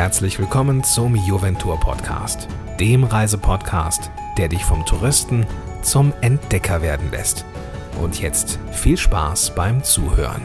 herzlich willkommen zum Juventur Podcast, dem Reisepodcast, der dich vom Touristen zum Entdecker werden lässt. Und jetzt viel Spaß beim Zuhören.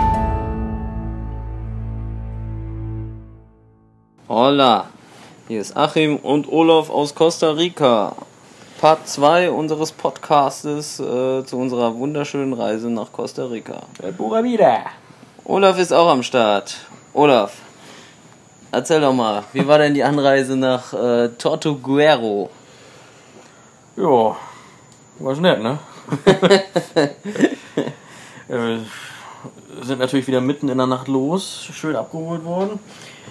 Hola, hier ist Achim und Olaf aus Costa Rica. Part 2 unseres Podcastes zu unserer wunderschönen Reise nach Costa Rica. Pura vida. Olaf ist auch am Start. Olaf, erzähl doch mal, wie war denn die Anreise nach Tortuguero? Ja, war's nett, ne? Wir sind natürlich wieder mitten in der Nacht los, schön abgeholt worden.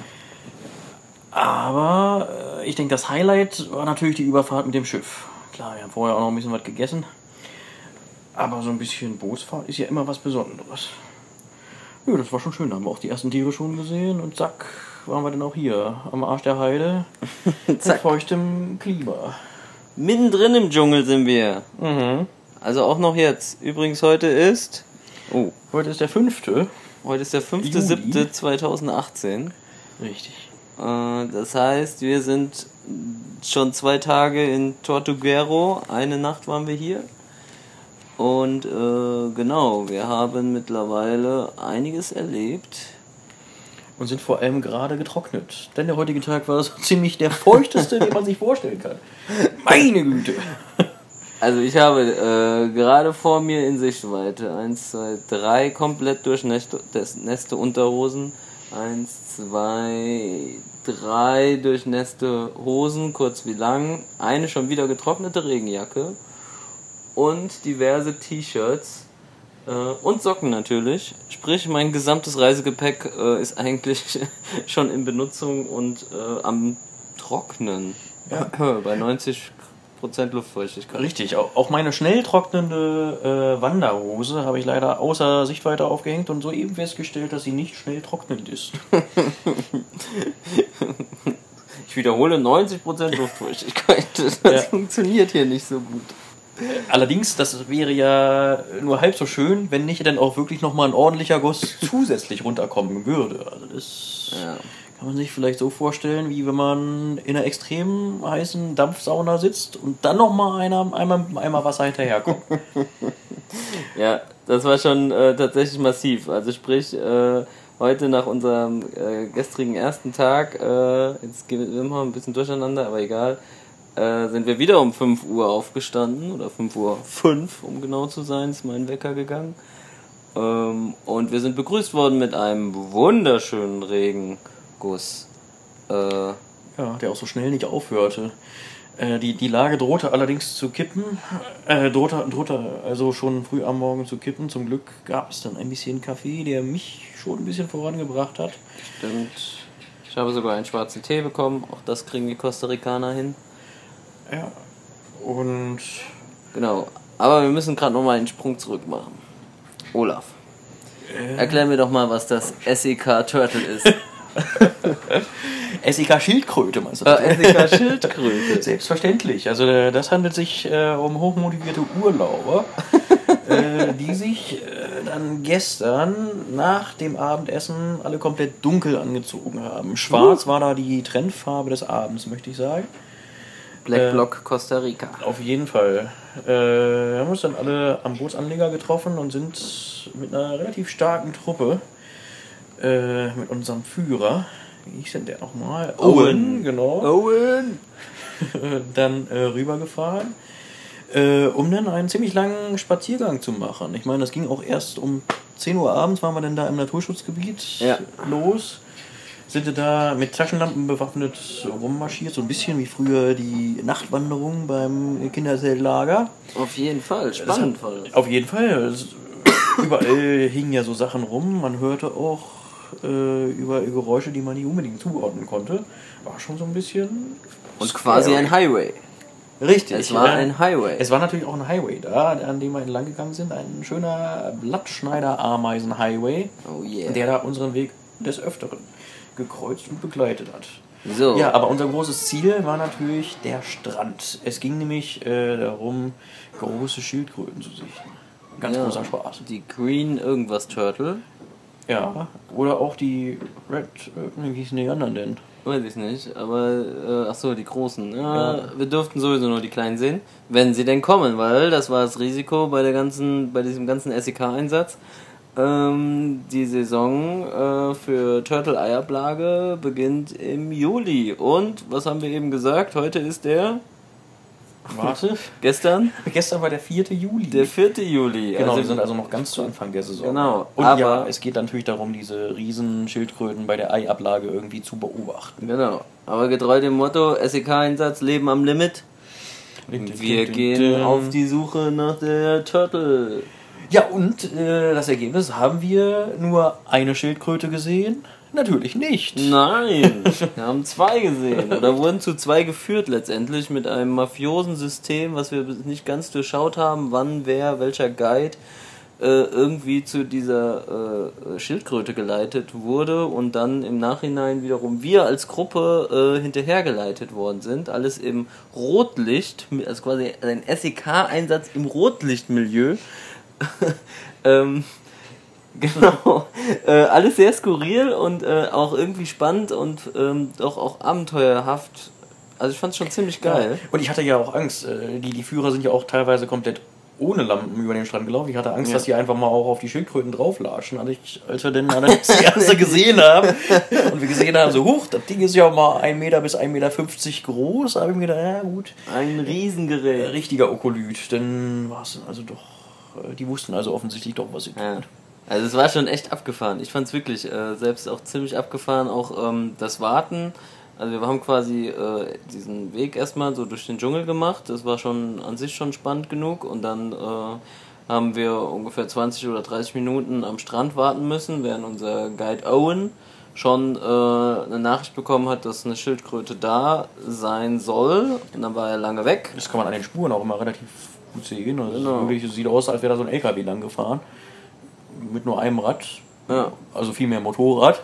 Aber ich denke, das Highlight war natürlich die Überfahrt mit dem Schiff. Klar, wir haben vorher auch noch ein bisschen was gegessen. Aber so ein bisschen Bootsfahrt ist ja immer was Besonderes. Ja, das war schon schön. Da haben wir auch die ersten Tiere schon gesehen. Und zack, waren wir dann auch hier am Arsch der Heide. Mit feuchtem Klima. Mittendrin im Dschungel sind wir. Mhm. Also auch noch jetzt. Übrigens, heute ist... Heute ist der 5. Heute ist der 5.7.2018. Richtig. Das heißt, wir sind schon 2 Tage in Tortuguero. Eine Nacht waren wir hier. Und genau, wir haben mittlerweile einiges erlebt. Und sind vor allem gerade getrocknet. Denn der heutige Tag war so ziemlich der feuchteste, den man sich vorstellen kann. Meine Güte! Also ich habe gerade vor mir in Sichtweite 1, 2, 3 komplett durchnässte Unterhosen. 1, 2, 3 durchnässte Hosen, kurz wie lang. Eine schon wieder getrocknete Regenjacke. Und diverse T-Shirts. Und Socken natürlich. Sprich, mein gesamtes Reisegepäck ist eigentlich schon in Benutzung und am Trocknen. Ja. Bei 90% Luftfeuchtigkeit. Richtig, auch meine schnell trocknende Wanderhose habe ich leider außer Sichtweite aufgehängt und soeben festgestellt, dass sie nicht schnell trocknend ist. Ich wiederhole, 90% Luftfeuchtigkeit. Das funktioniert hier nicht so gut. Allerdings, das wäre ja nur halb so schön, wenn nicht dann auch wirklich nochmal ein ordentlicher Guss zusätzlich runterkommen würde. Also das kann man sich vielleicht so vorstellen, wie wenn man in einer extrem heißen Dampfsauna sitzt und dann nochmal einmal Wasser hinterherkommt. Ja, das war schon tatsächlich massiv. Also sprich, heute nach unserem gestrigen ersten Tag, jetzt gehen wir immer ein bisschen durcheinander, aber egal, sind wir wieder um 5 Uhr aufgestanden, oder 5:05 Uhr, um genau zu sein, ist mein Wecker gegangen. Und wir sind begrüßt worden mit einem wunderschönen Regenguss. Ja, der auch so schnell nicht aufhörte. Die Lage drohte allerdings zu kippen, drohte also schon früh am Morgen zu kippen. Zum Glück gab es dann ein bisschen Kaffee, der mich schon ein bisschen vorangebracht hat. Stimmt. Ich habe sogar einen schwarzen Tee bekommen, auch das kriegen die Costa Ricaner hin. Ja, und... Genau, aber wir müssen gerade nochmal einen Sprung zurück machen. Olaf, erklär mir doch mal, was das SEK Turtle ist. SEK Schildkröte, meinst du? SEK Schildkröte. Selbstverständlich. Also das handelt sich um hochmotivierte Urlauber, die sich dann gestern nach dem Abendessen alle komplett dunkel angezogen haben. Schwarz war da die Trendfarbe des Abends, möchte ich sagen. Black Block Costa Rica. Auf jeden Fall. Wir haben uns dann alle am Bootsanleger getroffen und sind mit einer relativ starken Truppe mit unserem Führer, wie hieß denn der nochmal? Owen, genau. Owen! Dann rübergefahren, um dann einen ziemlich langen Spaziergang zu machen. Ich meine, das ging auch erst um 10 Uhr abends, waren wir dann da im Naturschutzgebiet los. Sind wir da mit Taschenlampen bewaffnet rummarschiert, so ein bisschen wie früher die Nachtwanderung beim Kinderzeltlager. Auf jeden Fall, spannend war das. Auf jeden Fall. Überall hingen ja so Sachen rum, man hörte auch über Geräusche, die man nicht unbedingt zuordnen konnte. War schon so ein bisschen... Und quasi ein Highway. Richtig. Es war ein Highway. Es war natürlich auch ein Highway da, an dem wir entlang gegangen sind. Ein schöner Blattschneider-Ameisen-Highway, der da unseren Weg des Öfteren gekreuzt und begleitet hat. So. Ja, aber unser großes Ziel war natürlich der Strand. Es ging nämlich darum, große Schildkröten zu sichten. Ganz großer Spaß. Die Green irgendwas Turtle. Ja, oder auch die Red, wie hießen die anderen denn? Weiß ich nicht, aber ach so, die großen. Ja, wir dürften sowieso nur die kleinen sehen, wenn sie denn kommen, weil das war das Risiko bei diesem ganzen SEK-Einsatz. Die Saison für Turtle Eiablage beginnt im Juli. Und was haben wir eben gesagt? Heute ist der... Warte. Gestern war der 4. Juli. Der 4. Juli. Genau, wir sind also noch ganz zu Anfang der Saison. Genau. Und aber ja, es geht natürlich darum, diese Riesenschildkröten bei der Eiablage irgendwie zu beobachten. Genau. Aber getreu dem Motto, SEK-Einsatz, Leben am Limit. Wir gehen auf die Suche nach der Turtle. Ja, und das Ergebnis, haben wir nur eine Schildkröte gesehen? Natürlich nicht. Nein, wir haben 2 gesehen. Oder wurden zu 2 geführt letztendlich mit einem mafiosen System, was wir nicht ganz durchschaut haben, wann, wer, welcher Guide irgendwie zu dieser Schildkröte geleitet wurde und dann im Nachhinein wiederum wir als Gruppe hinterhergeleitet worden sind. Alles im Rotlicht, also quasi ein SEK-Einsatz im Rotlichtmilieu. Genau, alles sehr skurril und auch irgendwie spannend und doch auch abenteuerhaft. Also ich fand es schon ziemlich geil. Ja. Und ich hatte ja auch Angst, die Führer sind ja auch teilweise komplett ohne Lampen über den Strand gelaufen. Ich hatte Angst, dass die einfach mal auch auf die Schildkröten drauflatschen. Als wir dann das erste gesehen haben und wir gesehen haben, so huch, das Ding ist ja mal 1 Meter bis 1,50 Meter groß, habe ich mir gedacht, ja gut. Ein Riesengerät. Richtiger Okolyt, dann war es also doch, die wussten also offensichtlich doch, was sie tun. Ja. Also es war schon echt abgefahren. Ich fand es wirklich selbst auch ziemlich abgefahren, auch das Warten. Also wir haben quasi diesen Weg erstmal so durch den Dschungel gemacht. Das war schon an sich schon spannend genug. Und dann haben wir ungefähr 20 oder 30 Minuten am Strand warten müssen, während unser Guide Owen schon eine Nachricht bekommen hat, dass eine Schildkröte da sein soll. Und dann war er lange weg. Das kann man an den Spuren auch immer relativ gut sehen. Also genau. Es sieht aus, als wäre da so ein LKW lang gefahren. Mit nur einem Rad. Ja. Also viel mehr Motorrad.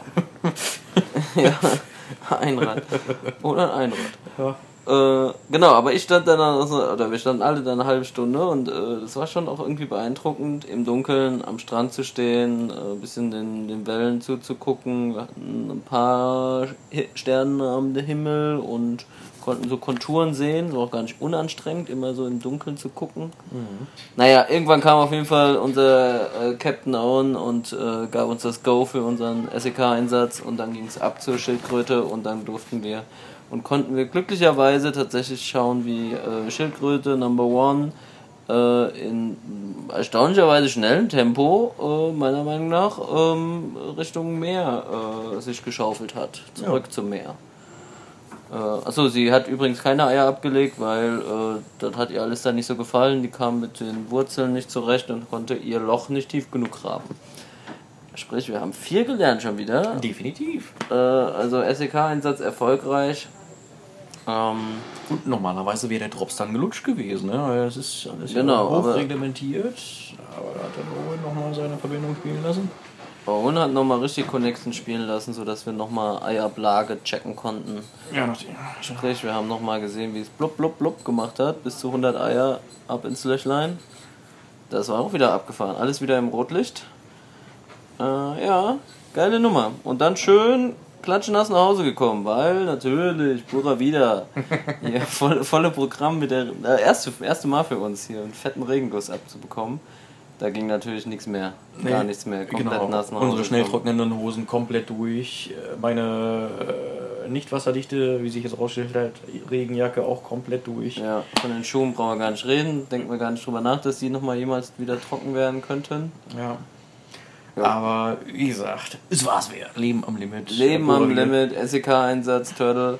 Ja, ein Rad. Oder ein Einrad. Ja. Genau, aber wir standen alle da eine halbe Stunde und das war schon auch irgendwie beeindruckend, im Dunkeln am Strand zu stehen, ein bisschen den Wellen zuzugucken. Wir hatten ein paar Sterne am Himmel und konnten so Konturen sehen, so auch gar nicht unanstrengend, immer so im Dunkeln zu gucken. Mhm. Naja, irgendwann kam auf jeden Fall unser Captain Owen und gab uns das Go für unseren SEK-Einsatz und dann ging es ab zur Schildkröte und dann konnten wir glücklicherweise tatsächlich schauen, wie Schildkröte Number 1 in erstaunlicherweise schnellem Tempo, meiner Meinung nach, Richtung Meer sich geschaufelt hat, zurück zum Meer. Achso, sie hat übrigens keine Eier abgelegt, weil das hat ihr alles da nicht so gefallen. Die kam mit den Wurzeln nicht zurecht und konnte ihr Loch nicht tief genug graben. Sprich, wir haben viel gelernt schon wieder. Definitiv. Also SEK-Einsatz erfolgreich. Und normalerweise wäre der Drops dann gelutscht gewesen, ne? Weil das ist alles hochreglementiert. Aber da hat dann Owen nochmal seine Verbindung spielen lassen. Owen hat nochmal richtig Connection spielen lassen, sodass wir nochmal Eiablage checken konnten. Ja, sprich, wir haben nochmal gesehen, wie es blub blub blub gemacht hat. Bis zu 100 Eier ab ins Löchlein. Das war auch wieder abgefahren. Alles wieder im Rotlicht. Ja, geile Nummer. Und dann schön klatschnass nach Hause gekommen, weil natürlich, Pura wieder. Hier, volle Programm mit der erste Mal für uns hier einen fetten Regenguss abzubekommen. Da ging natürlich nichts mehr. Gar nichts mehr. Komplett nass nach Hause. Unsere schnell trocknenden Hosen komplett durch. Meine nicht wasserdichte, wie sich jetzt rausstellt, hat, Regenjacke auch komplett durch. Ja, von den Schuhen brauchen wir gar nicht reden. Denken wir gar nicht drüber nach, dass die nochmal jemals wieder trocken werden könnten. Ja. Aber wie gesagt, es war's wert. Leben am Limit. Leben am Limit, SEK-Einsatz, Turtle.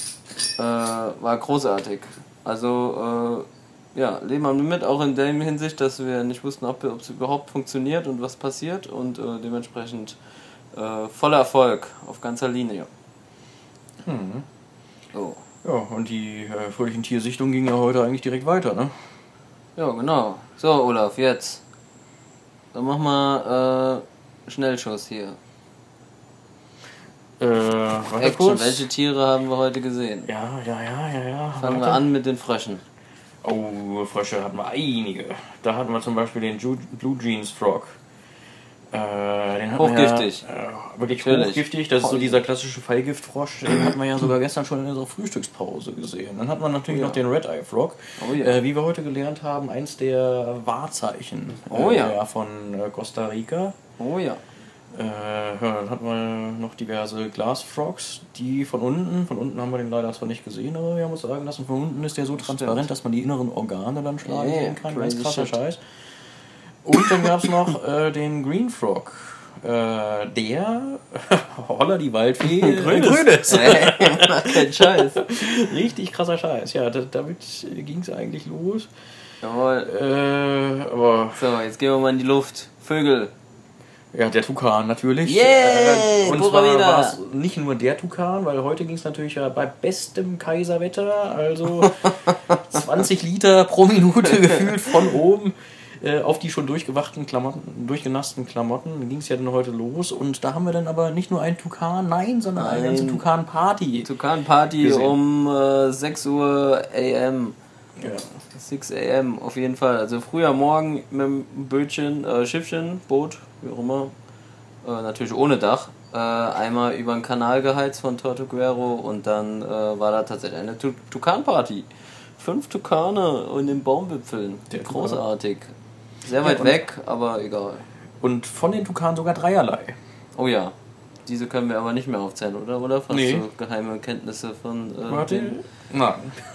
War großartig. Also, Leben am Limit, auch in der Hinsicht, dass wir nicht wussten, ob es überhaupt funktioniert und was passiert und dementsprechend voller Erfolg auf ganzer Linie. Mhm. Oh. Ja, und die fröhlichen Tiersichtungen gingen ja heute eigentlich direkt weiter, ne? Ja, genau. So, Olaf, jetzt. Dann mach mal Schnellschuss hier. Action. Welche Tiere haben wir heute gesehen? Ja. Fangen wir an mit den Fröschen. Oh, Frösche hatten wir einige. Da hatten wir zum Beispiel den Blue Jeans Frog. Den hochgiftig. wirklich hochgiftig. Das ist so dieser klassische Fallgiftfrosch. Den hat man ja sogar gestern schon in unserer Frühstückspause gesehen. Dann hat man natürlich noch den Red Eye Frog. Wie wir heute gelernt haben, eins der Wahrzeichen von Costa Rica. Dann hat man noch diverse Glass Frogs, die von unten haben wir den leider zwar nicht gesehen, aber wir haben uns sagen lassen, von unten ist der so transparent, dass man die inneren Organe dann schlagen sehen kann. Ganz krasser Scheiß. Und dann gab es noch den Green Frog. Der, holla die Waldfee, grün ist. Kein Scheiß. Richtig krasser Scheiß. Ja, damit ging es eigentlich los. Jawohl. Aber so, jetzt gehen wir mal in die Luft. Vögel. Ja, der Tukan natürlich. Und zwar war es nicht nur der Tukan, weil heute ging es natürlich bei bestem Kaiserwetter, also 20 Liter pro Minute gefühlt von oben auf die schon durchgenassten Klamotten ging es ja dann heute los. Und da haben wir dann aber nicht nur einen Tukan, sondern eine ganze Tukan-Party. Tukan-Party um 6 Uhr AM. Ja. 6 AM auf jeden Fall. Also früher Morgen mit dem Schiffchen, Boot, wie auch immer. Natürlich ohne Dach. Einmal über den Kanal geheizt von Tortuguero und dann war da tatsächlich eine Tukan-Party. 5 Tukane in den Baumwipfeln. Großartig. Sehr weit weg, aber egal. Und von den Tukanen sogar dreierlei. Oh ja. Diese können wir aber nicht mehr aufzählen, oder? Fast so geheime Kenntnisse von... Nein.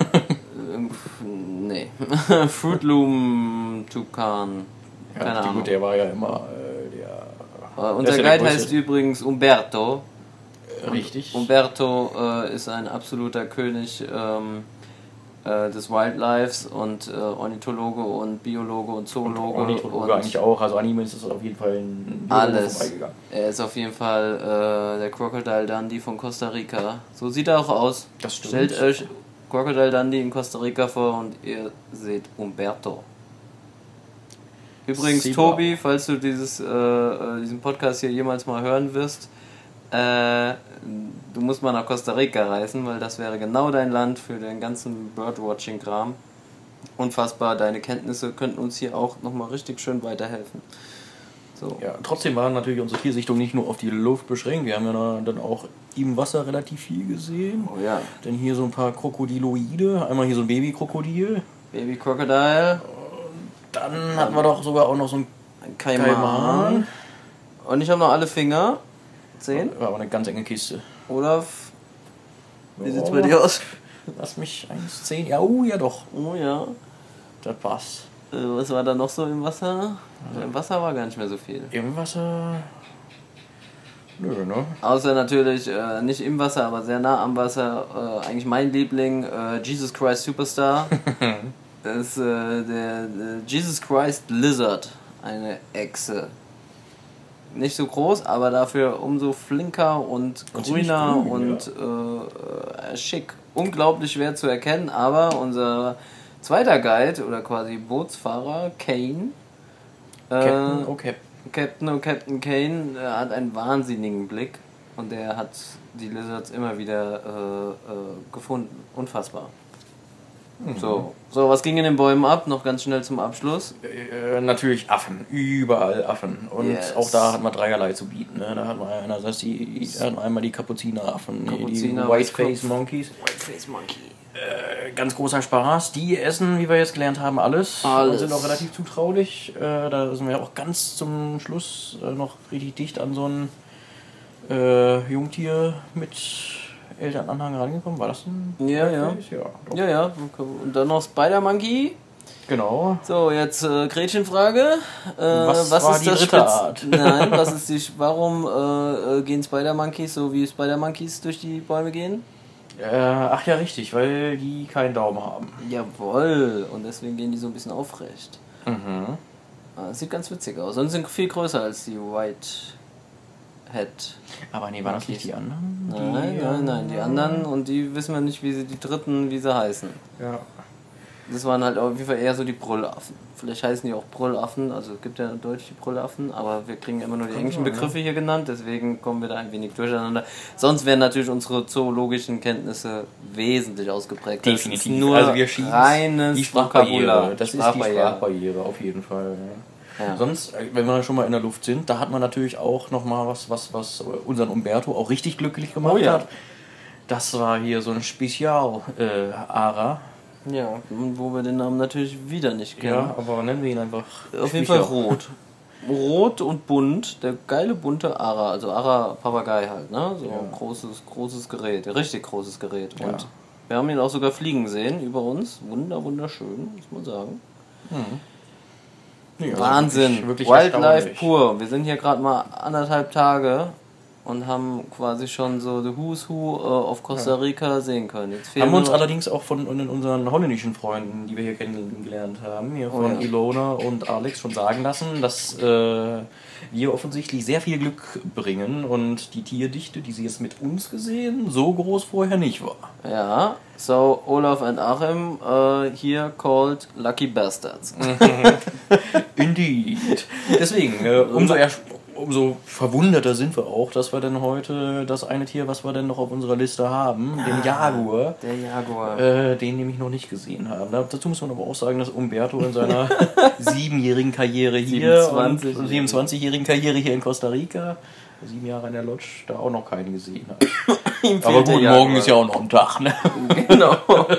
Nee. Fruit Loom Tukan. Keine Ahnung. Gut, der war ja immer unser Guide heißt übrigens Umberto. Richtig. Umberto ist ein absoluter König des Wildlifes und Ornithologe und Biologe und Zoologe. Ornithologe eigentlich auch, also Anime ist auf jeden Fall ein alles. Vorbeigegangen. Er ist auf jeden Fall der Crocodile Dundee von Costa Rica. So sieht er auch aus. Das stimmt. Stellt euch Crocodile Dundee in Costa Rica vor und ihr seht Umberto. Übrigens, Tobi, falls du diesen Podcast hier jemals mal hören wirst, du musst mal nach Costa Rica reisen, weil das wäre genau dein Land für den ganzen Birdwatching-Kram. Unfassbar, deine Kenntnisse könnten uns hier auch nochmal richtig schön weiterhelfen. So. Ja, trotzdem waren natürlich unsere Tiersichtungen nicht nur auf die Luft beschränkt, wir haben ja dann auch im Wasser relativ viel gesehen. Oh ja. Denn hier so ein paar Krokodiloide, einmal hier so ein Babykrokodil. Baby-Crocodile. Dann hatten wir doch sogar auch noch so ein Kaiman. Und ich habe noch alle Finger. 10. War aber eine ganz enge Kiste. Olaf, wie sieht's bei dir aus? Lass mich 1, 10. Ja, oh ja doch. Oh ja. Das passt. Was war da noch so im Wasser? Im Wasser war gar nicht mehr so viel. Im Wasser... Nö, ne? Außer natürlich, nicht im Wasser, aber sehr nah am Wasser. Eigentlich mein Liebling, Jesus Christ Superstar. Das ist der Jesus Christ Lizard. Eine Echse. Nicht so groß, aber dafür umso flinker und grüner und schick. Unglaublich schwer zu erkennen, aber unser zweiter Guide oder quasi Bootsfahrer, Kane, Captain Kane hat einen wahnsinnigen Blick und der hat die Lizards immer wieder gefunden. Unfassbar. So, was ging in den Bäumen ab? Noch ganz schnell zum Abschluss. Natürlich Affen. Überall Affen. Und auch da hat man dreierlei zu bieten. Ne? Da hat man einerseits einmal die Kapuzineraffen, die Whiteface Monkeys. Whiteface Monkey. Ganz großer Spaß. Die essen, wie wir jetzt gelernt haben, alles. Und sind auch relativ zutraulich. Da sind wir auch ganz zum Schluss noch richtig dicht an so ein Jungtier mit Elternanhang rangekommen. War das ein Whiteface? Ja. Und dann noch Spider Monkey. Genau. So, jetzt Gretchenfrage. Was war die dritte Art? Nein, warum gehen Spider Monkeys so wie Spider Monkeys durch die Bäume gehen? Ach ja, richtig, weil die keinen Daumen haben. Jawohl, und deswegen gehen die so ein bisschen aufrecht. Das sieht ganz witzig aus und sind viel größer als die Whitehead. Aber nee, waren das nicht die anderen? Nein, die anderen, und die wissen wir nicht, wie sie heißen. Ja. Das waren halt auf jeden Fall eher so die Brüllaffen. Vielleicht heißen die auch Brüllaffen, also es gibt ja deutsche Brüllaffen, aber wir kriegen immer nur die englischen Begriffe hier genannt, deswegen kommen wir da ein wenig durcheinander. Sonst wären natürlich unsere zoologischen Kenntnisse wesentlich ausgeprägt. Definitiv. Das ist nur also wir reines die Sprachbarriere. Das ist die Sprachbarriere, auf jeden Fall. Ja. Ja. Sonst, wenn wir schon mal in der Luft sind, da hat man natürlich auch nochmal was unseren Umberto auch richtig glücklich gemacht hat. Das war hier so ein Spezial-Ara. Ja, wo wir den Namen natürlich wieder nicht kennen. Ja, aber nennen wir ihn einfach auf jeden Fall Rot. Rot und bunt, der geile bunte Ara, also Ara Papagei halt, ne? So ein großes Gerät, richtig großes Gerät. Ja. Und wir haben ihn auch sogar fliegen sehen über uns. Wunderschön, muss man sagen. Ja, Wahnsinn, wirklich Wildlife pur. Wir sind hier gerade mal 1,5 Tage und haben quasi schon so the Who's Who auf Costa Rica sehen können. Jetzt haben wir uns allerdings auch von unseren holländischen Freunden, die wir hier kennengelernt haben, hier von Ilona und Alex schon sagen lassen, dass wir offensichtlich sehr viel Glück bringen und die Tierdichte, die sie jetzt mit uns gesehen, so groß vorher nicht war. Ja, so Olaf and Achim here called Lucky Bastards. Indeed. Deswegen, umso verwunderter sind wir auch, dass wir dann heute das eine Tier, was wir dann noch auf unserer Liste haben, den Jaguar. Der Jaguar. Den nämlich noch nicht gesehen haben. Dazu muss man aber auch sagen, dass Umberto in seiner 7-jährigen Karriere hier 27-jährigen Karriere hier in Costa Rica, 7 Jahre in der Lodge, da auch noch keinen gesehen hat. Aber gut, morgen ist ja auch noch ein Tag, ne? Genau.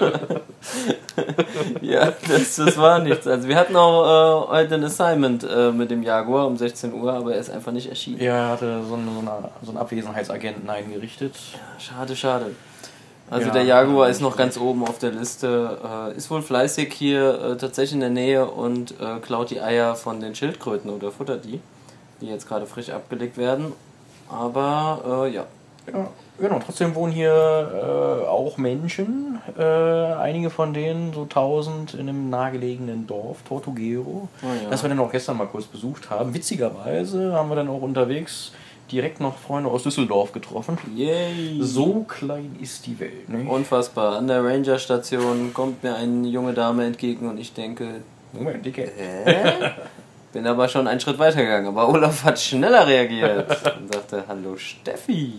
Ja, das war nichts. Also wir hatten auch heute ein Assignment mit dem Jaguar um 16 Uhr, aber er ist einfach nicht erschienen. Ja, er hatte so einen Abwesenheitsagenten eingerichtet. Ja, schade. Also der Jaguar ist noch ganz oben auf der Liste, ist wohl fleißig hier tatsächlich in der Nähe und klaut die Eier von den Schildkröten oder futtert die jetzt gerade frisch abgelegt werden. Aber ja, genau. Trotzdem wohnen hier auch Menschen, einige von denen so 1000 in einem nahegelegenen Dorf, Tortuguero, das wir dann auch gestern mal kurz besucht haben. Witzigerweise haben wir dann auch unterwegs direkt noch Freunde aus Düsseldorf getroffen. Yay. So klein ist die Welt. Ne? Unfassbar. An der Ranger-Station kommt mir eine junge Dame entgegen und ich denke... Moment, Dicke. Bin aber schon einen Schritt weiter gegangen. Aber Olaf hat schneller reagiert und sagte, hallo Steffi.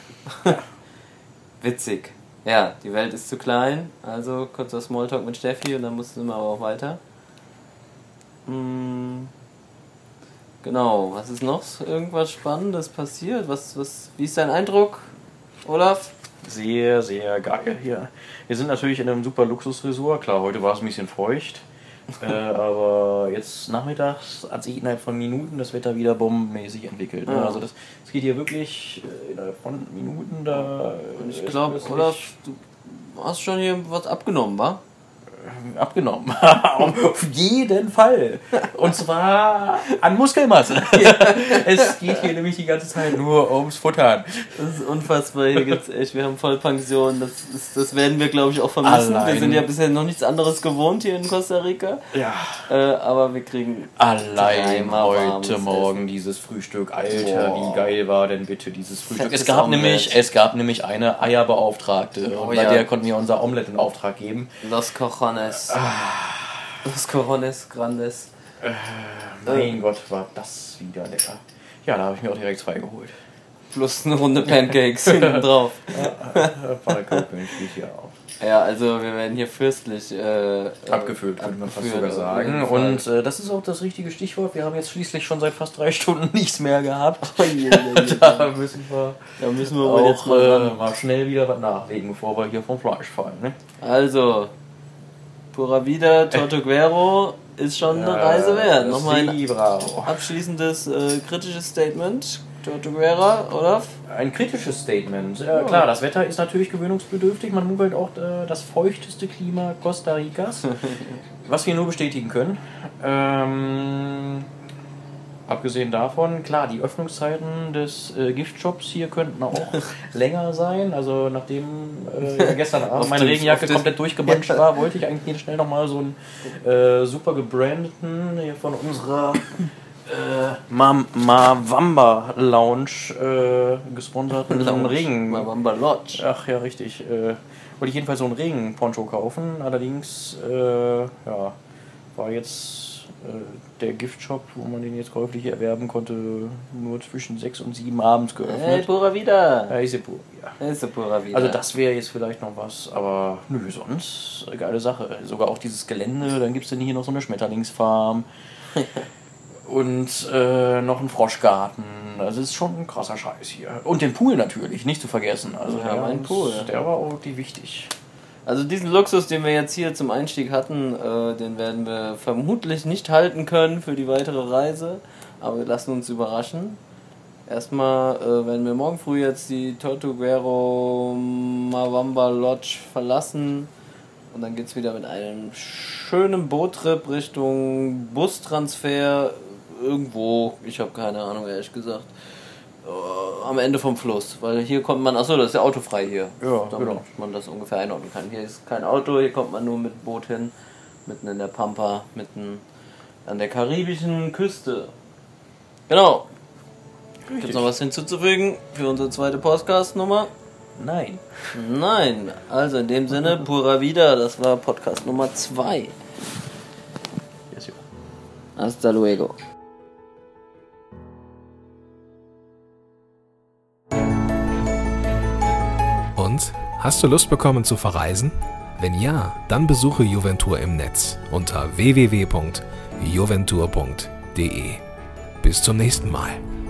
Witzig. Ja, die Welt ist zu klein. Also kurzer Smalltalk mit Steffi und dann mussten wir aber auch weiter. Genau, was ist noch? Irgendwas Spannendes passiert? Wie ist dein Eindruck, Olaf? Sehr, sehr geil hier. Wir sind natürlich in einem super Luxusresort. Klar, heute war es ein bisschen feucht. Aber jetzt nachmittags hat sich innerhalb von Minuten das Wetter wieder bombenmäßig entwickelt. Ne? Also das geht hier wirklich innerhalb von Minuten da. Und ich glaube, Olaf, du hast schon hier was abgenommen, wa? Abgenommen. Auf jeden Fall. Und zwar an Muskelmasse. Es geht hier nämlich die ganze Zeit nur ums Futtern. Das ist unfassbar. Hier gibt's echt, wir haben Vollpension. Das werden wir, glaube ich, auch vermissen. Wir sind ja bisher noch nichts anderes gewohnt hier in Costa Rica. Ja. Aber wir kriegen allein heute Morgen dieses Frühstück. Alter, wie geil war denn bitte dieses Frühstück? Es gab nämlich eine Eierbeauftragte. Und bei der konnten wir unser Omelett in Auftrag geben. Los Cojones Grandes. Mein Gott, war das wieder lecker. Ja, da habe ich mir auch direkt 2 geholt. Plus eine Runde Pancakes hinten drauf. Ja, also wir werden hier fürstlich abgefüllt, könnte man fast sogar sagen. Und das ist auch das richtige Stichwort. Wir haben jetzt schließlich schon seit fast 3 Stunden nichts mehr gehabt. Da müssen wir auch jetzt mal schnell wieder was nachlegen, bevor wir hier vom Fleisch fallen. Ne? Also, Pura Vida, Tortuguero ist schon eine Reise wert. Nochmal ein abschließendes kritisches Statement. Tortuguera, Olaf? Ein kritisches Statement. Klar, das Wetter ist natürlich gewöhnungsbedürftig. Man munkelt auch das feuchteste Klima Costa Ricas, was wir nur bestätigen können. Abgesehen davon, klar, die Öffnungszeiten des Giftshops hier könnten auch länger sein. Also nachdem gestern Abend meine Regenjacke komplett durchgebanscht war, wollte ich eigentlich schnell nochmal so einen super gebrandeten hier von unserer Mavamba Lounge gesponserten Regen. Mavamba Lodge. Ach ja, richtig. Wollte ich jedenfalls so einen Regenponcho kaufen. Allerdings war jetzt der Giftshop, wo man den jetzt käuflich erwerben konnte, nur zwischen 6 und 7 abends geöffnet. Hey, Pura Vida! Ja, ist Pura Vida. Also das wäre jetzt vielleicht noch was, aber nö, sonst geile Sache. Sogar auch dieses Gelände, dann gibt es denn hier noch so eine Schmetterlingsfarm. Und noch ein Froschgarten. Das ist schon ein krasser Scheiß hier. Und den Pool natürlich, nicht zu vergessen. Also ja, ein Pool. Der war auch wirklich wichtig. Also diesen Luxus, den wir jetzt hier zum Einstieg hatten, den werden wir vermutlich nicht halten können für die weitere Reise. Aber wir lassen uns überraschen. Erstmal werden wir morgen früh jetzt die Tortuguero Mawamba Lodge verlassen. Und dann geht es wieder mit einem schönen Boottrip Richtung Bustransfer irgendwo, ich habe keine Ahnung, ehrlich gesagt, am Ende vom Fluss. Weil hier kommt man, achso, das ist ja autofrei hier, ja, damit genau. man das ungefähr einordnen kann. Hier ist kein Auto, hier kommt man nur mit Boot hin, mitten in der Pampa, mitten an der karibischen Küste. Genau. Gibt es noch was hinzuzufügen für unsere zweite Podcast-Nummer? Nein. Nein, also in dem Sinne, pura vida, das war Podcast Nummer 2. Yes, ja. Hasta luego. Und, hast du Lust bekommen zu verreisen? Wenn ja, dann besuche Juventur im Netz unter www.juventur.de. Bis zum nächsten Mal.